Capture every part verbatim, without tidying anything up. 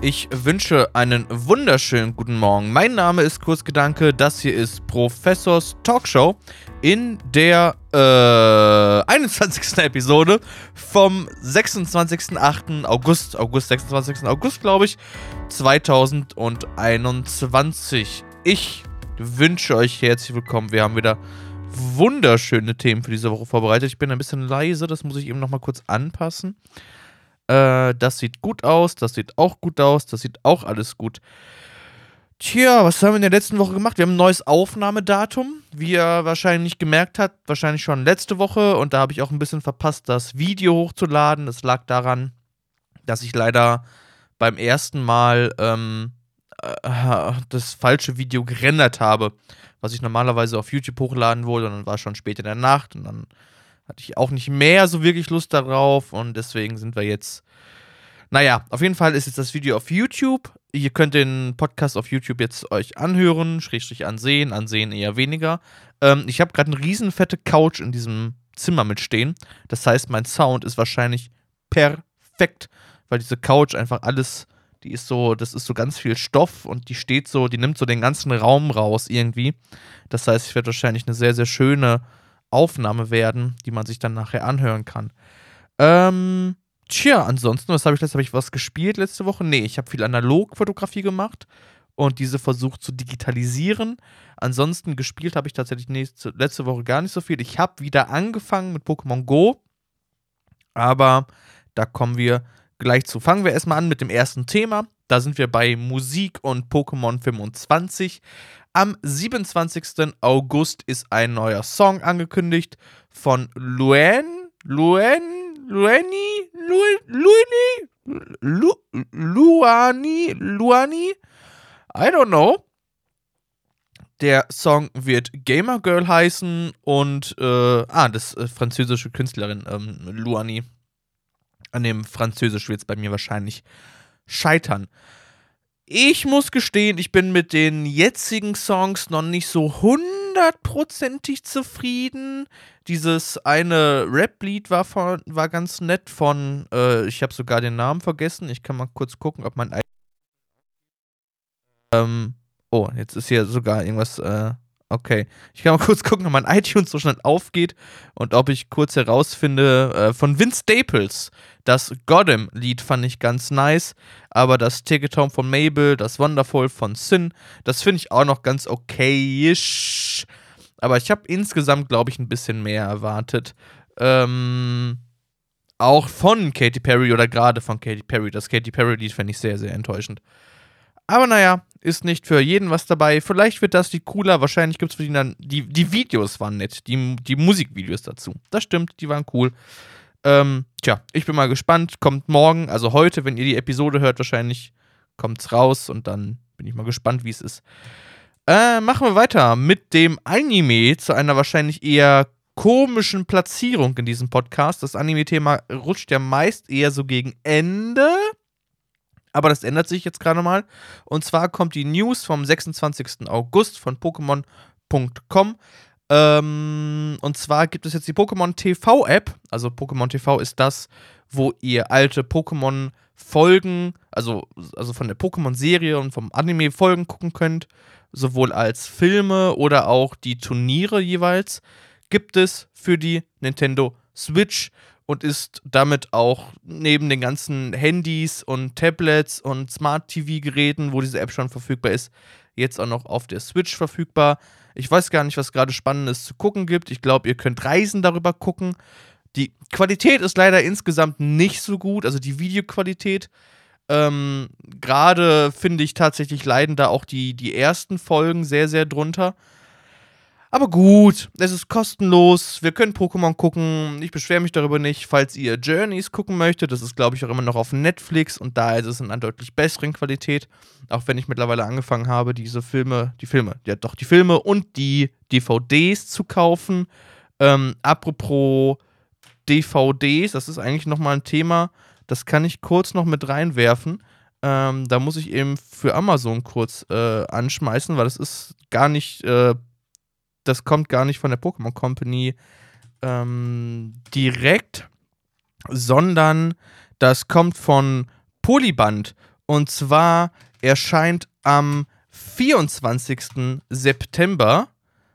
Ich wünsche einen wunderschönen guten Morgen. Mein Name ist Kurzgedanke, das hier ist Professors Talkshow in der äh, einundzwanzigsten Episode vom sechsundzwanzigsten achten August, August, sechsundzwanzigsten August, glaube ich, zweitausendeinundzwanzig. Ich wünsche euch herzlich willkommen. Wir haben wieder wunderschöne Themen für diese Woche vorbereitet. Ich bin ein bisschen leise, das muss ich eben nochmal kurz anpassen. Äh, das sieht gut aus, das sieht auch gut aus, das sieht auch alles gut. Tja, was haben wir in der letzten Woche gemacht? Wir haben ein neues Aufnahmedatum, wie ihr wahrscheinlich gemerkt habt, wahrscheinlich schon letzte Woche. Und da habe ich auch ein bisschen verpasst, das Video hochzuladen. Das lag daran, dass ich leider beim ersten Mal ähm, äh, das falsche Video gerendert habe, was ich normalerweise auf YouTube hochladen wollte. Und dann war es schon spät in der Nacht und dann hatte ich auch nicht mehr so wirklich Lust darauf und deswegen sind wir jetzt, naja, auf jeden Fall ist jetzt das Video auf YouTube. Ihr könnt den Podcast auf YouTube jetzt euch anhören, schrägstrich ansehen, ansehen eher weniger. Ähm, ich habe gerade eine riesenfette Couch in diesem Zimmer mitstehen. Das heißt, mein Sound ist wahrscheinlich perfekt, weil diese Couch einfach alles, die ist so, das ist so ganz viel Stoff und die steht so, die nimmt so den ganzen Raum raus irgendwie. Das heißt, ich werde wahrscheinlich eine sehr, sehr schöne Aufnahme werden, die man sich dann nachher anhören kann. Ähm, tja, ansonsten, was habe ich letzte, habe ich was gespielt letzte Woche? Nee, ich habe viel Analogfotografie gemacht und diese versucht zu digitalisieren. Ansonsten gespielt habe ich tatsächlich nächste, letzte Woche gar nicht so viel. Ich habe wieder angefangen mit Pokémon Go, aber da kommen wir gleich zu. Fangen wir erstmal an mit dem ersten Thema. Da sind wir bei Musik und Pokémon fünfundzwanzig. Am siebenundzwanzigsten August ist ein neuer Song angekündigt von Luen, Luen, Lueni, Lueni, Lu, Luani, Luani, I don't know. Der Song wird Gamer Girl heißen und, äh, ah, das äh, französische Künstlerin, ähm, Luani. An dem Französisch wird es bei mir wahrscheinlich scheitern. Ich muss gestehen, ich bin mit den jetzigen Songs noch nicht so hundertprozentig zufrieden. Dieses eine Rap-Lied war, von, war ganz nett von, äh, ich habe sogar den Namen vergessen. Ich kann mal kurz gucken, ob mein... Ähm, oh, jetzt ist hier sogar irgendwas... Äh, okay, ich kann mal kurz gucken, ob mein iTunes so schnell aufgeht und ob ich kurz herausfinde, äh, von Vince Staples. Das Gotham-Lied fand ich ganz nice, aber das Ticket Home von Mabel, das Wonderful von Sin, das finde ich auch noch ganz okayisch. Aber ich habe insgesamt, glaube ich, ein bisschen mehr erwartet. Ähm, auch von Katy Perry oder gerade von Katy Perry. Das Katy Perry-Lied fand ich sehr, sehr enttäuschend. Aber naja, ist nicht für jeden was dabei. Vielleicht wird das Lied cooler. Wahrscheinlich gibt es für die dann. Die, die Videos waren nett. Die, die Musikvideos dazu. Das stimmt, die waren cool. Ähm, tja, ich bin mal gespannt. Kommt morgen, also heute, wenn ihr die Episode hört, wahrscheinlich kommt's raus. Und dann bin ich mal gespannt, wie es ist. Äh, machen wir weiter mit dem Anime zu einer wahrscheinlich eher komischen Platzierung in diesem Podcast. Das Anime-Thema rutscht ja meist eher so gegen Ende. Aber das ändert sich jetzt gerade mal. Und zwar kommt die News vom sechsundzwanzigsten August von Pokémon Punkt com. Ähm, und zwar gibt es jetzt die Pokémon T V-App. Also Pokémon T V ist das, wo ihr alte Pokémon-Folgen, also, also von der Pokémon-Serie und vom Anime-Folgen gucken könnt. Sowohl als Filme oder auch die Turniere jeweils. Gibt es für die Nintendo Switch. Und ist damit auch neben den ganzen Handys und Tablets und Smart-T V-Geräten, wo diese App schon verfügbar ist, jetzt auch noch auf der Switch verfügbar. Ich weiß gar nicht, was gerade Spannendes zu gucken gibt. Ich glaube, ihr könnt Reisen darüber gucken. Die Qualität ist leider insgesamt nicht so gut, also die Videoqualität. Ähm, gerade finde ich tatsächlich leiden da auch die, die ersten Folgen sehr, sehr drunter. Aber gut, es ist kostenlos, wir können Pokémon gucken, ich beschwere mich darüber nicht, falls ihr Journeys gucken möchtet, das ist glaube ich auch immer noch auf Netflix und da ist es in einer deutlich besseren Qualität, auch wenn ich mittlerweile angefangen habe, diese Filme, die Filme, ja doch die Filme und die D V Ds zu kaufen. Ähm, apropos D V Ds, das ist eigentlich nochmal ein Thema, das kann ich kurz noch mit reinwerfen. Ähm, da muss ich eben für Amazon kurz äh, anschmeißen, weil das ist gar nicht... Äh, Das kommt gar nicht von der Pokémon Company ähm, direkt, sondern das kommt von Polyband. Und zwar erscheint am vierundzwanzigsten September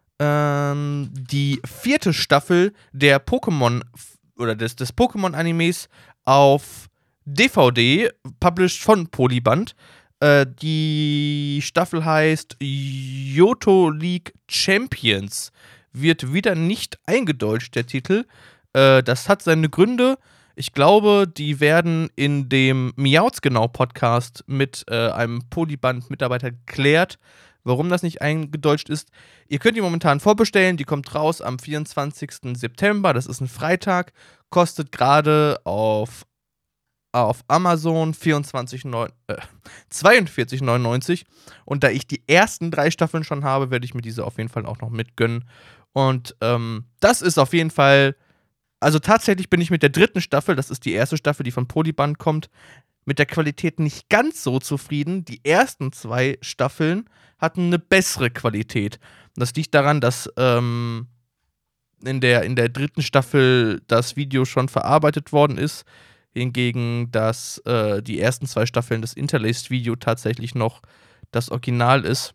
ähm, die vierte Staffel der Pokémon oder des, des Pokémon-Animes auf D V D, published von Polyband. Äh, die Staffel heißt Johto League Champions. Wird wieder nicht eingedeutscht, der Titel. Äh, das hat seine Gründe. Ich glaube, die werden in dem Miauts-Genau-Podcast mit äh, einem Polyband-Mitarbeiter geklärt, warum das nicht eingedeutscht ist. Ihr könnt die momentan vorbestellen. Die kommt raus am vierundzwanzigsten September. Das ist ein Freitag. Kostet gerade auf, auf Amazon vierundzwanzig neun, äh, zweiundvierzig neunundneunzig. Und da ich die ersten drei Staffeln schon habe, werde ich mir diese auf jeden Fall auch noch mitgönnen. Und ähm, das ist auf jeden Fall... Also tatsächlich bin ich mit der dritten Staffel, das ist die erste Staffel, die von Polyband kommt, mit der Qualität nicht ganz so zufrieden. Die ersten zwei Staffeln hatten eine bessere Qualität. Und das liegt daran, dass ähm, in, der, in der dritten Staffel das Video schon verarbeitet worden ist. Hingegen, dass äh, die ersten zwei Staffeln das Interlaced-Video tatsächlich noch das Original ist.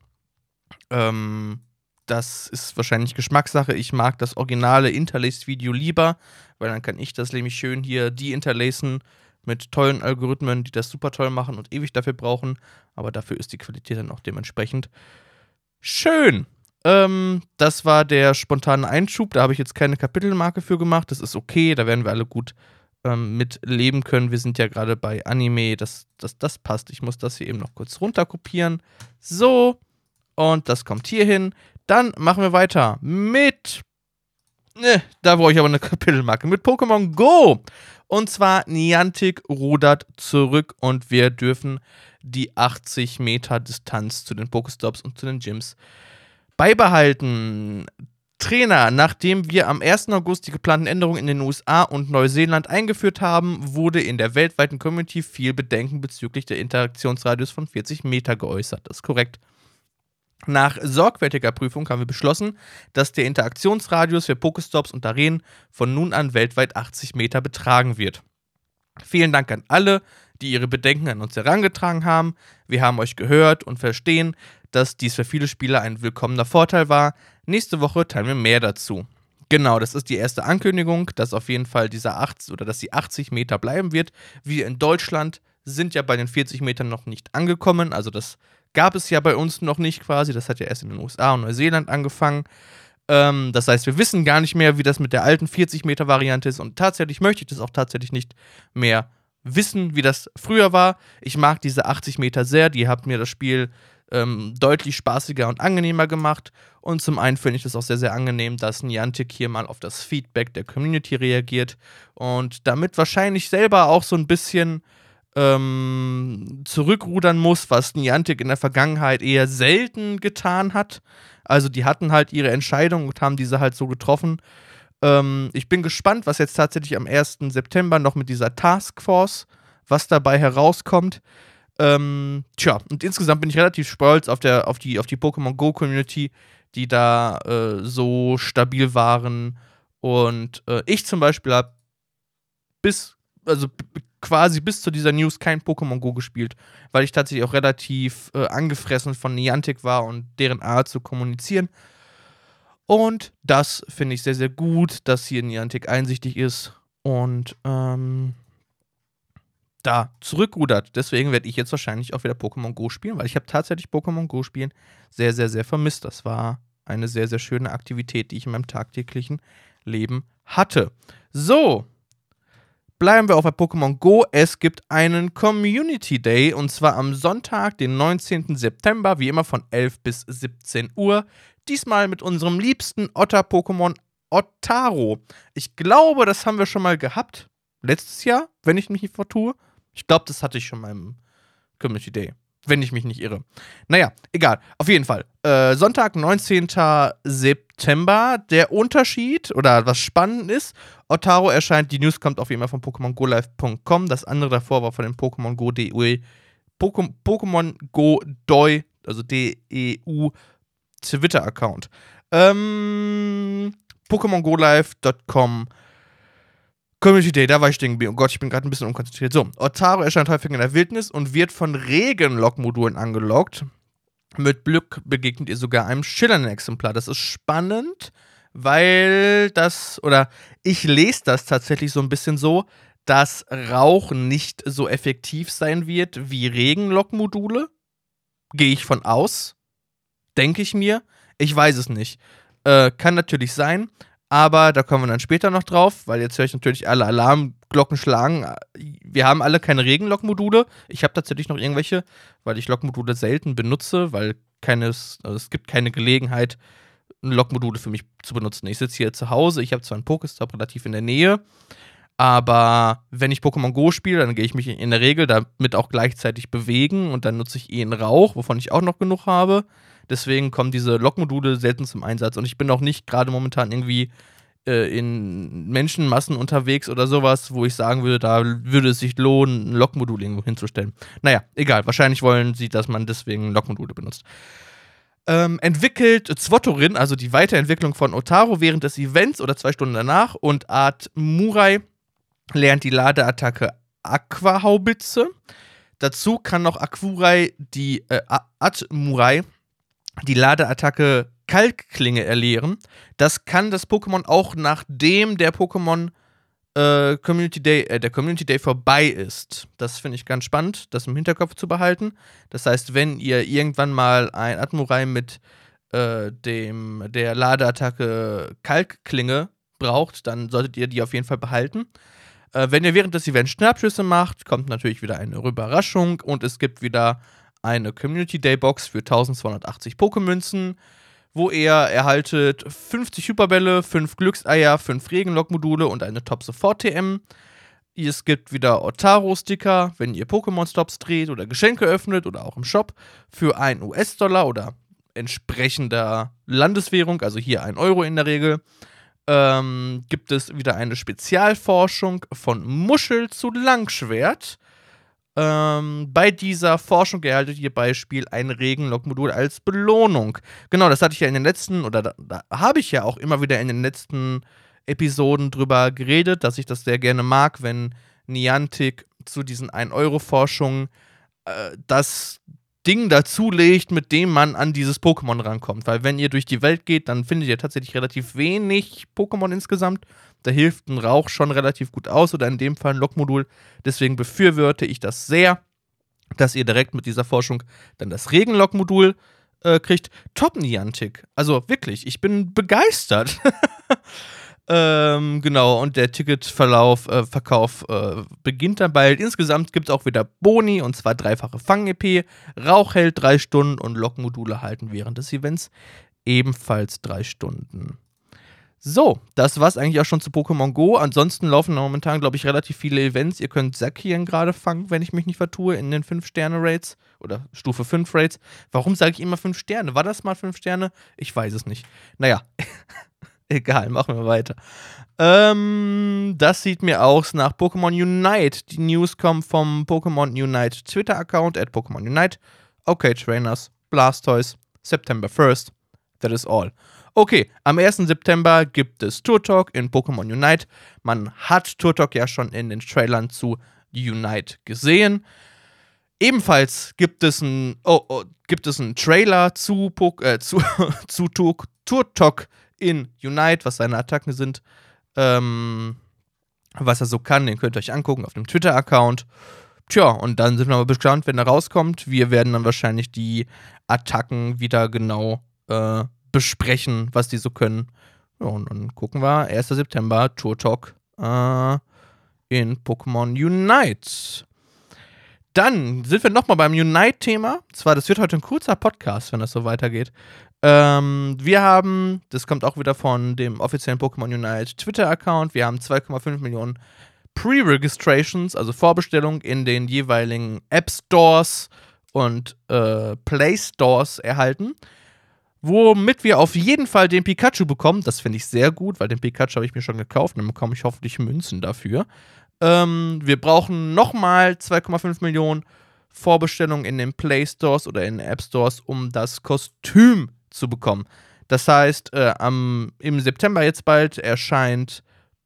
Ähm... Das ist wahrscheinlich Geschmackssache. Ich mag das originale Interlaced-Video lieber, weil dann kann ich das nämlich schön hier deinterlacen mit tollen Algorithmen, die das super toll machen und ewig dafür brauchen. Aber dafür ist die Qualität dann auch dementsprechend schön. Ähm, das war der spontane Einschub. Da habe ich jetzt keine Kapitelmarke für gemacht. Das ist okay, da werden wir alle gut ähm, mit leben können. Wir sind ja gerade bei Anime. Das, das, das passt. Ich muss das hier eben noch kurz runterkopieren. So. Und das kommt hier hin. Dann machen wir weiter mit, ne, da brauche ich aber eine Kapitelmarke, mit Pokémon Go. Und zwar Niantic rudert zurück und wir dürfen die achtzig Meter Distanz zu den Pokestops und zu den Gyms beibehalten. Trainer, nachdem wir am ersten August die geplanten Änderungen in den U S A und Neuseeland eingeführt haben, wurde in der weltweiten Community viel Bedenken bezüglich der Interaktionsradius von vierzig Meter geäußert. Das ist korrekt. Nach sorgfältiger Prüfung haben wir beschlossen, dass der Interaktionsradius für Pokestops und Arenen von nun an weltweit achtzig Meter betragen wird. Vielen Dank an alle, die ihre Bedenken an uns herangetragen haben. Wir haben euch gehört und verstehen, dass dies für viele Spieler ein willkommener Vorteil war. Nächste Woche teilen wir mehr dazu. Genau, das ist die erste Ankündigung, dass auf jeden Fall dieser achtzig oder dass die achtzig Meter bleiben wird. Wir in Deutschland sind ja bei den vierzig Metern noch nicht angekommen, also das gab es ja bei uns noch nicht quasi. Das hat ja erst in den U S A und Neuseeland angefangen. Ähm, das heißt, wir wissen gar nicht mehr, wie das mit der alten vierzig Meter Variante ist. Und tatsächlich möchte ich das auch tatsächlich nicht mehr wissen, wie das früher war. Ich mag diese achtzig Meter sehr. Die haben mir das Spiel ähm, deutlich spaßiger und angenehmer gemacht. Und zum einen finde ich das auch sehr, sehr angenehm, dass Niantic hier mal auf das Feedback der Community reagiert. Und damit wahrscheinlich selber auch so ein bisschen Ähm, zurückrudern muss, was Niantic in der Vergangenheit eher selten getan hat. Also die hatten halt ihre Entscheidung und haben diese halt so getroffen. Ähm, ich bin gespannt, was jetzt tatsächlich am ersten September noch mit dieser Taskforce, was dabei herauskommt. Ähm, tja, und insgesamt bin ich relativ stolz auf, der, auf die, auf die Pokémon Go Community, die da äh, so stabil waren. Und äh, ich zum Beispiel habe bis, also b- quasi bis zu dieser News kein Pokémon Go gespielt, weil ich tatsächlich auch relativ äh, angefressen von Niantic war und deren Art zu kommunizieren. Und das finde ich sehr, sehr gut, dass hier Niantic einsichtig ist und ähm, da zurückrudert. Deswegen werde ich jetzt wahrscheinlich auch wieder Pokémon Go spielen, weil ich habe tatsächlich Pokémon Go spielen sehr, sehr, sehr vermisst. Das war eine sehr, sehr schöne Aktivität, die ich in meinem tagtäglichen Leben hatte. So, bleiben wir auch bei Pokémon Go. Es gibt einen Community Day und zwar am Sonntag, den neunzehnten September, wie immer von elf bis siebzehn Uhr. Diesmal mit unserem liebsten Otter-Pokémon Ottaro. Ich glaube, das haben wir schon mal gehabt. Letztes Jahr, wenn ich mich nicht vertue. Ich glaube, das hatte ich schon mal im Community Day. Wenn ich mich nicht irre. Naja, egal. Auf jeden Fall. Äh, Sonntag, neunzehnten September. Der Unterschied, oder was spannend ist, Ottaro erscheint, die News kommt auf jeden Fall von Pokémon Go Live Punkt com. Das andere davor war von dem Pokémon Go D E U, Pokémon Go Doi, also D E U Twitter-Account. Ähm, Pokémon Go Live Punkt com Community Day, da war ich stehen geblieben. Oh Gott, ich bin gerade ein bisschen unkonzentriert. So, Otaro erscheint häufig in der Wildnis und wird von Regenlock-Modulen angelockt. Mit Glück begegnet ihr sogar einem schillernden Exemplar. Das ist spannend, weil das, oder ich lese das tatsächlich so ein bisschen so, dass Rauch nicht so effektiv sein wird wie Regenlock-Module. Gehe ich von aus. Denke ich mir. Ich weiß es nicht. Äh, kann natürlich sein. Aber da kommen wir dann später noch drauf, weil jetzt höre ich natürlich alle Alarmglocken schlagen. Wir haben alle keine Regenlock-Module. Ich habe tatsächlich noch irgendwelche, weil ich Lock-Module selten benutze, weil keines, also es gibt keine Gelegenheit, Lock-Module für mich zu benutzen. Ich sitze hier zu Hause, ich habe zwar einen Pokestop relativ in der Nähe, aber wenn ich Pokémon Go spiele, dann gehe ich mich in der Regel damit auch gleichzeitig bewegen und dann nutze ich eh einen Rauch, wovon ich auch noch genug habe. Deswegen kommen diese Lock-Module selten zum Einsatz. Und ich bin auch nicht gerade momentan irgendwie äh, in Menschenmassen unterwegs oder sowas, wo ich sagen würde, da würde es sich lohnen, ein Lock-Modul irgendwo hinzustellen. Naja, egal. Wahrscheinlich wollen sie, dass man deswegen Lock-Module benutzt. Ähm, entwickelt Zwottorin, also die Weiterentwicklung von Otaro, während des Events oder zwei Stunden danach. Und Art Murai lernt die Ladeattacke Aquahaubitze. Dazu kann noch Akurai die äh, Atmurai die Ladeattacke Kalkklinge erlehren. Das kann das Pokémon auch nachdem der Pokémon äh, Community Day, äh, der Community Day vorbei ist. Das finde ich ganz spannend, das im Hinterkopf zu behalten. Das heißt, wenn ihr irgendwann mal ein Atmurai mit äh, dem der Ladeattacke Kalkklinge braucht, dann solltet ihr die auf jeden Fall behalten. Äh, wenn ihr während des Events Schnappschüsse macht, kommt natürlich wieder eine Überraschung und es gibt wieder eine Community Day Box für eintausendzweihundertachtzig Pokémünzen, wo ihr erhaltet fünfzig Hyperbälle, fünf Glückseier, fünf Regenlock-Module und eine Top-Support-T M. Es gibt wieder Otaro-Sticker, wenn ihr Pokémon-Stops dreht oder Geschenke öffnet oder auch im Shop für ein U S-Dollar oder entsprechender Landeswährung, also hier ein Euro in der Regel. Ähm, gibt es wieder eine Spezialforschung von Muschel zu Langschwert. Ähm, bei dieser Forschung erhaltet ihr Beispiel ein Regenlock-Modul als Belohnung. Genau, das hatte ich ja in den letzten, oder da, da habe ich ja auch immer wieder in den letzten Episoden drüber geredet, dass ich das sehr gerne mag, wenn Niantic zu diesen ein Euro Forschungen äh, das Ding dazulegt, mit dem man an dieses Pokémon rankommt. Weil wenn ihr durch die Welt geht, dann findet ihr tatsächlich relativ wenig Pokémon insgesamt. Da hilft ein Rauch schon relativ gut aus oder in dem Fall ein Lockmodul. Deswegen befürworte ich das sehr, dass ihr direkt mit dieser Forschung dann das Regenlock-Modul äh, kriegt. Top Niantic. Also wirklich, ich bin begeistert. ähm, genau, und der Ticketverlauf, äh, Verkauf äh, beginnt dann bald. Insgesamt gibt es auch wieder Boni, und zwar dreifache Fang-E P. Rauch hält drei Stunden und Lock-Module halten während des Events ebenfalls drei Stunden. So, das war's eigentlich auch schon zu Pokémon Go. Ansonsten laufen momentan, glaube ich, relativ viele Events. Ihr könnt Zacian gerade fangen, wenn ich mich nicht vertue, in den fünf Sterne Raids oder Stufe fünf Raids. Warum sage ich immer fünf Sterne? War das mal fünf Sterne? Ich weiß es nicht. Naja, egal, machen wir weiter. Ähm, das sieht mir aus nach Pokémon Unite. Die News kommen vom Pokémon Unite Twitter-Account at Pokémon Unite. Okay, Trainers, Blastoise, September first. That is all. Okay, am ersten September gibt es Tour Talk in Pokémon Unite. Man hat Tour Talk ja schon in den Trailern zu Unite gesehen. Ebenfalls gibt es einen oh, oh, gibt es einen Trailer zu, po- äh, zu, zu Tour, Tour Talk in Unite, was seine Attacken sind, ähm, was er so kann. Den könnt ihr euch angucken auf dem Twitter-Account. Tja, und dann sind wir mal gespannt, wenn er rauskommt. Wir werden dann wahrscheinlich die Attacken wieder genau äh, besprechen, was die so können. Ja, und dann gucken wir, ersten September, Tour Talk äh, in Pokémon Unite. Dann sind wir nochmal beim Unite-Thema. Zwar, das wird heute ein kurzer Podcast, wenn das so weitergeht. Ähm, wir haben, das kommt auch wieder von dem offiziellen Pokémon Unite Twitter-Account, wir haben zwei Komma fünf Millionen Pre-Registrations, also Vorbestellungen in den jeweiligen App-Stores und äh, Play-Stores erhalten, womit wir auf jeden Fall den Pikachu bekommen. Das finde ich sehr gut, weil den Pikachu habe ich mir schon gekauft und dann bekomme ich hoffentlich Münzen dafür. Ähm, wir brauchen nochmal zwei Komma fünf Millionen Vorbestellungen in den Play Stores oder in den App Stores, um das Kostüm zu bekommen. Das heißt, äh, am, im September jetzt bald erscheint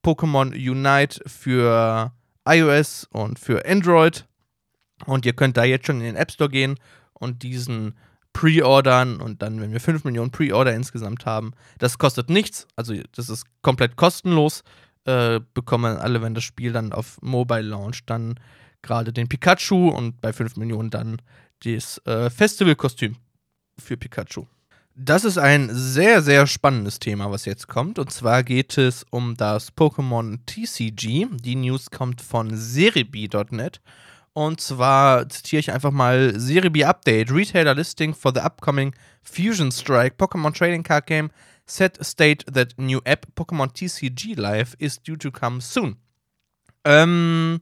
Pokémon Unite für iOS und für Android. Und ihr könnt da jetzt schon in den App Store gehen und diesen pre-ordern. Und dann, wenn wir fünf Millionen Pre-Order insgesamt haben, das kostet nichts. Also das ist komplett kostenlos. Äh, bekommen alle, wenn das Spiel dann auf Mobile launcht, dann gerade den Pikachu und bei fünf Millionen dann das äh, Festival-Kostüm für Pikachu. Das ist ein sehr, sehr spannendes Thema, was jetzt kommt. Und zwar geht es um das Pokémon T C G. Die News kommt von Serebii Punkt net. Und zwar zitiere ich einfach mal Serebii Update. Retailer listing for the upcoming Fusion Strike Pokémon Trading Card Game set state that new app Pokémon T C G Live is due to come soon. Ähm,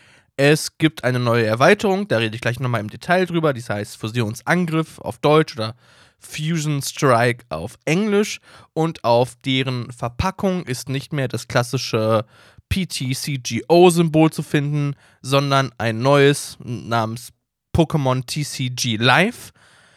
es gibt eine neue Erweiterung, da rede ich gleich nochmal im Detail drüber. Die heißt Fusionsangriff auf Deutsch oder Fusion Strike auf Englisch. Und auf deren Verpackung ist nicht mehr das klassische P T C G O-Symbol zu finden, sondern ein neues namens Pokémon T C G Live,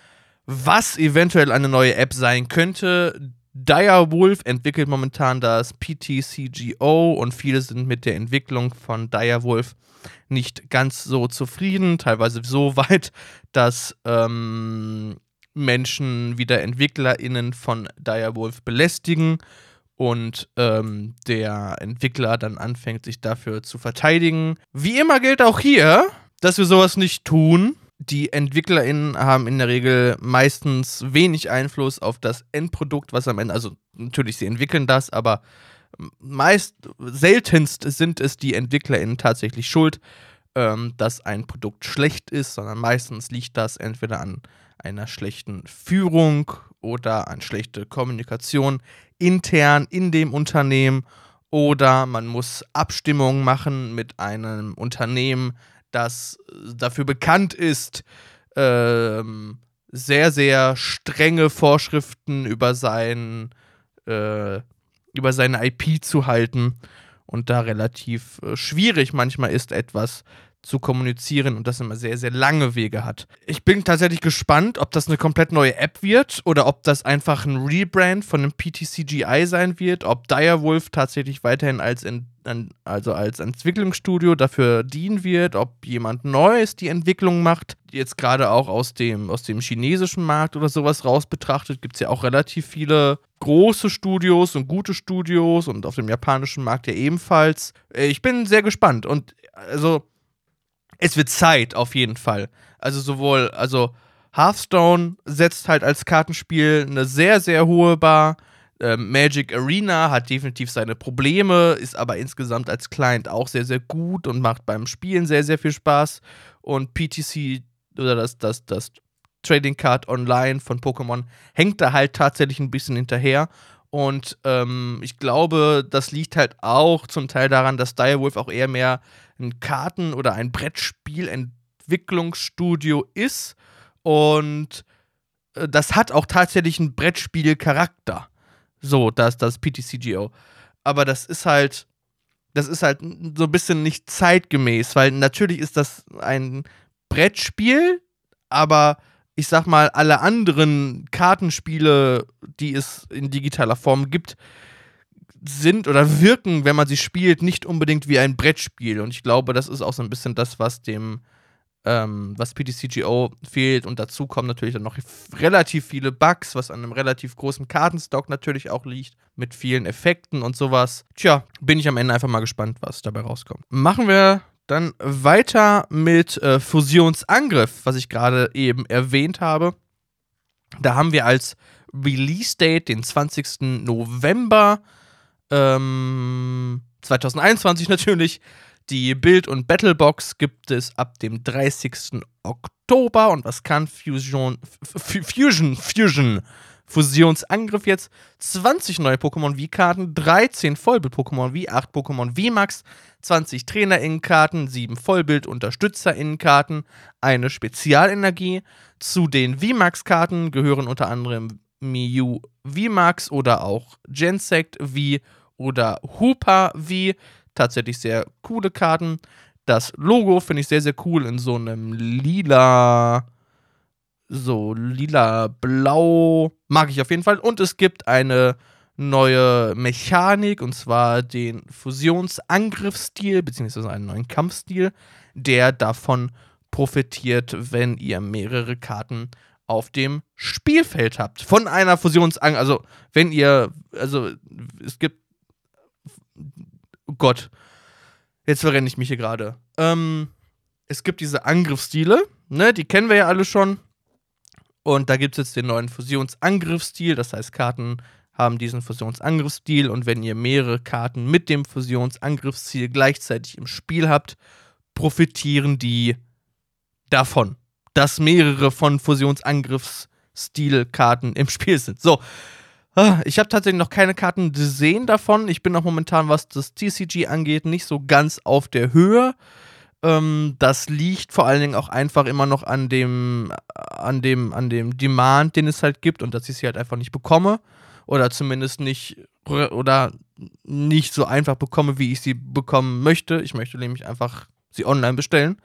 was eventuell eine neue App sein könnte. Direwolf entwickelt momentan das P T C G O und viele sind mit der Entwicklung von Direwolf nicht ganz so zufrieden, teilweise so weit, dass ähm, Menschen wieder EntwicklerInnen von Direwolf belästigen und ähm, der Entwickler dann anfängt, sich dafür zu verteidigen. Wie immer gilt auch hier, dass wir sowas nicht tun. Die EntwicklerInnen haben in der Regel meistens wenig Einfluss auf das Endprodukt, was am Ende, also natürlich, sie entwickeln das, aber meist, seltenst sind es die EntwicklerInnen tatsächlich schuld, ähm, dass ein Produkt schlecht ist, sondern meistens liegt das entweder an einer schlechten Führung oder an schlechter Kommunikation intern in dem Unternehmen oder man muss Abstimmungen machen mit einem Unternehmen, das dafür bekannt ist, ähm, sehr, sehr strenge Vorschriften über, sein, äh, über seine I P zu halten und da relativ äh, schwierig manchmal ist, etwas zu kommunizieren und das immer sehr, sehr lange Wege hat. Ich bin tatsächlich gespannt, ob das eine komplett neue App wird oder ob das einfach ein Rebrand von einem P T C G I sein wird, ob Direwolf tatsächlich weiterhin als, in, also als Entwicklungsstudio dafür dienen wird, ob jemand Neues die Entwicklung macht. Jetzt gerade auch aus dem, aus dem chinesischen Markt oder sowas raus betrachtet, gibt es ja auch relativ viele große Studios und gute Studios und auf dem japanischen Markt ja ebenfalls. Ich bin sehr gespannt und also es wird Zeit, auf jeden Fall. Also sowohl, also Hearthstone setzt halt als Kartenspiel eine sehr, sehr hohe Bar. Ähm, Magic Arena hat definitiv seine Probleme, ist aber insgesamt als Client auch sehr, sehr gut und macht beim Spielen sehr, sehr viel Spaß. Und P T C oder das, das, das Trading Card Online von Pokémon hängt da halt tatsächlich ein bisschen hinterher. Und ähm, ich glaube, das liegt halt auch zum Teil daran, dass Direwolf auch eher mehr ein Karten- oder ein Brettspielentwicklungsstudio ist. Und äh, das hat auch tatsächlich einen Brettspielcharakter. So, das, das P T C G O. Aber das ist halt, das ist halt so ein bisschen nicht zeitgemäß, weil natürlich ist das ein Brettspiel, aber ich sag mal, alle anderen Kartenspiele, die es in digitaler Form gibt, sind oder wirken, wenn man sie spielt, nicht unbedingt wie ein Brettspiel. Und ich glaube, das ist auch so ein bisschen das, was dem, ähm, was P T C G O fehlt. Und dazu kommen natürlich dann noch relativ viele Bugs, was an einem relativ großen Kartenstock natürlich auch liegt, mit vielen Effekten und sowas. Tja, bin ich am Ende einfach mal gespannt, was dabei rauskommt. Machen wir dann weiter mit äh, Fusionsangriff, was ich gerade eben erwähnt habe. Da haben wir als Release-Date den zwanzigsten November ähm, zweitausendeinundzwanzig natürlich. Die Build- und Battlebox gibt es ab dem dreißigsten Oktober. Und was kann Fusion, F- Fusion, Fusion, Fusionsangriff jetzt? zwanzig neue Pokémon V-Karten, dreizehn Vollbild-Pokémon V, acht Pokémon V-Max, zwanzig TrainerInnen-Karten, sieben Vollbild-UnterstützerInnen-Karten, eine Spezialenergie. Zu den V-Max-Karten gehören unter anderem Mew V-Max oder auch Gensect V oder Hoopa V. Tatsächlich sehr coole Karten. Das Logo finde ich sehr, sehr cool in so einem lila, so lila-blau. Mag ich auf jeden Fall. Und es gibt eine neue Mechanik, und zwar den Fusionsangriffsstil, beziehungsweise einen neuen Kampfstil, der davon profitiert, wenn ihr mehrere Karten auf dem Spielfeld habt. Von einer Fusionsangriff, also wenn ihr, also es gibt, oh Gott, jetzt verrenne ich mich hier gerade. Ähm, es gibt diese Angriffsstile, ne, die kennen wir ja alle schon. Und da gibt es jetzt den neuen Fusionsangriffsstil, das heißt, Karten haben diesen Fusionsangriffsstil, und wenn ihr mehrere Karten mit dem Fusionsangriffsstil gleichzeitig im Spiel habt, profitieren die davon, dass mehrere von Fusionsangriffsstil-Karten im Spiel sind. So, ich habe tatsächlich noch keine Karten gesehen davon. Ich bin auch momentan, was das T C G angeht, nicht so ganz auf der Höhe. Ähm, das liegt vor allen Dingen auch einfach immer noch an dem, an dem, an dem Demand, den es halt gibt, und dass ich sie halt einfach nicht bekomme. Oder zumindest nicht, oder nicht so einfach bekomme, wie ich sie bekommen möchte. Ich möchte nämlich einfach sie online bestellen.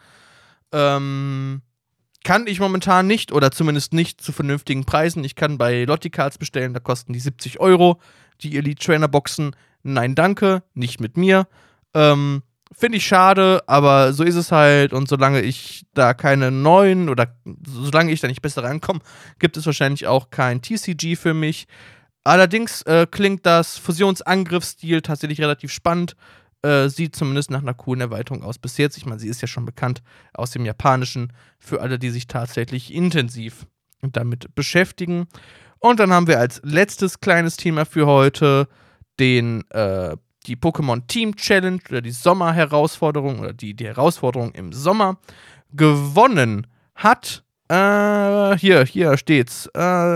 Ähm, kann ich momentan nicht, oder zumindest nicht zu vernünftigen Preisen. Ich kann bei Lottie-Cards bestellen, da kosten die siebzig Euro. Die Elite-Trainer-Boxen, nein danke, nicht mit mir. Ähm, finde ich schade, aber so ist es halt, und solange ich da keine neuen, oder solange ich da nicht besser rankomme, gibt es wahrscheinlich auch kein T C G für mich. Allerdings äh, klingt das Fusionsangriffsstil tatsächlich relativ spannend. Äh, sieht zumindest nach einer coolen Erweiterung aus bis jetzt. Ich meine, sie ist ja schon bekannt aus dem Japanischen, für alle, die sich tatsächlich intensiv damit beschäftigen. Und dann haben wir als letztes kleines Thema für heute den, äh, die Pokémon Team Challenge oder die Sommerherausforderung oder die, die Herausforderung im Sommer. Gewonnen hat, äh, hier, hier steht's,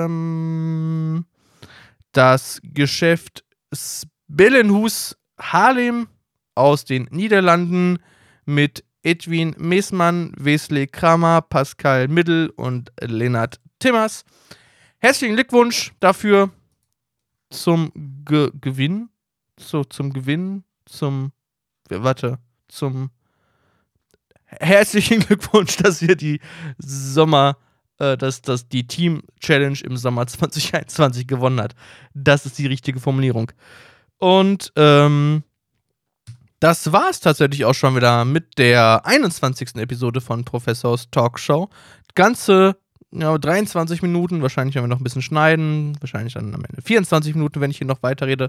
ähm, das Geschäft Spellenhus Haarlem aus den Niederlanden mit Edwin Meesmann, Wesley Kramer, Pascal Middel und Lennart Timmers. Herzlichen Glückwunsch dafür zum Ge- Gewinn. So, zum Gewinn, zum, warte, zum herzlichen Glückwunsch, dass ihr die Sommer, äh, dass, dass die Team-Challenge im Sommer zwanzig einundzwanzig gewonnen hat. Das ist die richtige Formulierung. Und, ähm, das war es tatsächlich auch schon wieder mit der einundzwanzigsten Episode von Professors Talkshow. Ganze ja, dreiundzwanzig Minuten, wahrscheinlich werden wir noch ein bisschen schneiden, wahrscheinlich dann am Ende vierundzwanzig Minuten, wenn ich hier noch weiterrede.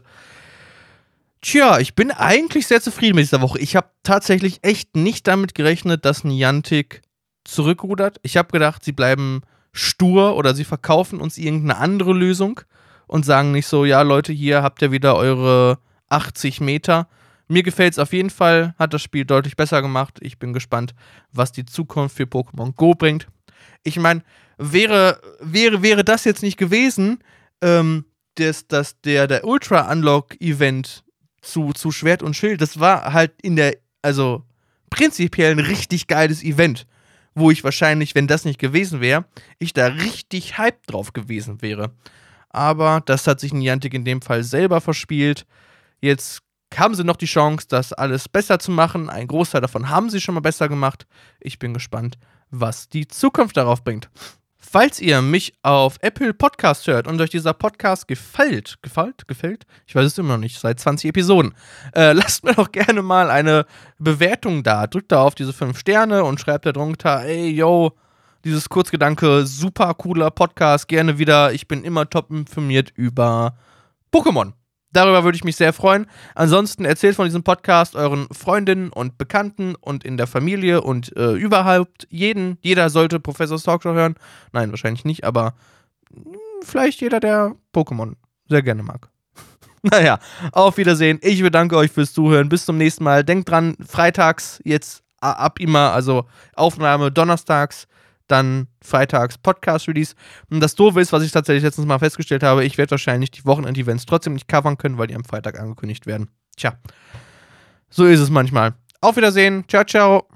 Tja, ich bin eigentlich sehr zufrieden mit dieser Woche. Ich habe tatsächlich echt nicht damit gerechnet, dass Niantic zurückrudert. Ich habe gedacht, sie bleiben stur oder sie verkaufen uns irgendeine andere Lösung und sagen nicht so, ja Leute, hier habt ihr wieder eure achtzig Meter. Mir gefällt es auf jeden Fall, hat das Spiel deutlich besser gemacht. Ich bin gespannt, was die Zukunft für Pokémon Go bringt. Ich meine, wäre, wäre, wäre das jetzt nicht gewesen, ähm, dass, dass der, der Ultra-Unlock-Event zu, zu Schwert und Schild, das war halt in der, also prinzipiell ein richtig geiles Event, wo ich wahrscheinlich, wenn das nicht gewesen wäre, ich da richtig hyped drauf gewesen wäre. Aber das hat sich Niantic in dem Fall selber verspielt. Jetzt haben sie noch die Chance, das alles besser zu machen. Ein Großteil davon haben sie schon mal besser gemacht. Ich bin gespannt, was die Zukunft darauf bringt. Falls ihr mich auf Apple Podcast hört und euch dieser Podcast gefällt, gefällt, gefällt, ich weiß es immer noch nicht, seit zwanzig Episoden, äh, lasst mir doch gerne mal eine Bewertung da. Drückt da auf diese fünf Sterne und schreibt da drunter, ey, yo, dieses Kurzgedanke, super cooler Podcast, gerne wieder. Ich bin immer top informiert über Pokémon. Darüber würde ich mich sehr freuen. Ansonsten erzählt von diesem Podcast euren Freundinnen und Bekannten und in der Familie und äh, überhaupt jeden. Jeder sollte Professors Talkshow hören. Nein, wahrscheinlich nicht, aber mh, vielleicht jeder, der Pokémon sehr gerne mag. Naja, auf Wiedersehen. Ich bedanke euch fürs Zuhören. Bis zum nächsten Mal. Denkt dran, freitags jetzt ab immer, also Aufnahme donnerstags, dann freitags Podcast-Release. Und das Doofe ist, was ich tatsächlich letztens mal festgestellt habe, ich werde wahrscheinlich die Wochenend-Events trotzdem nicht covern können, weil die am Freitag angekündigt werden. Tja, so ist es manchmal. Auf Wiedersehen. Ciao, ciao.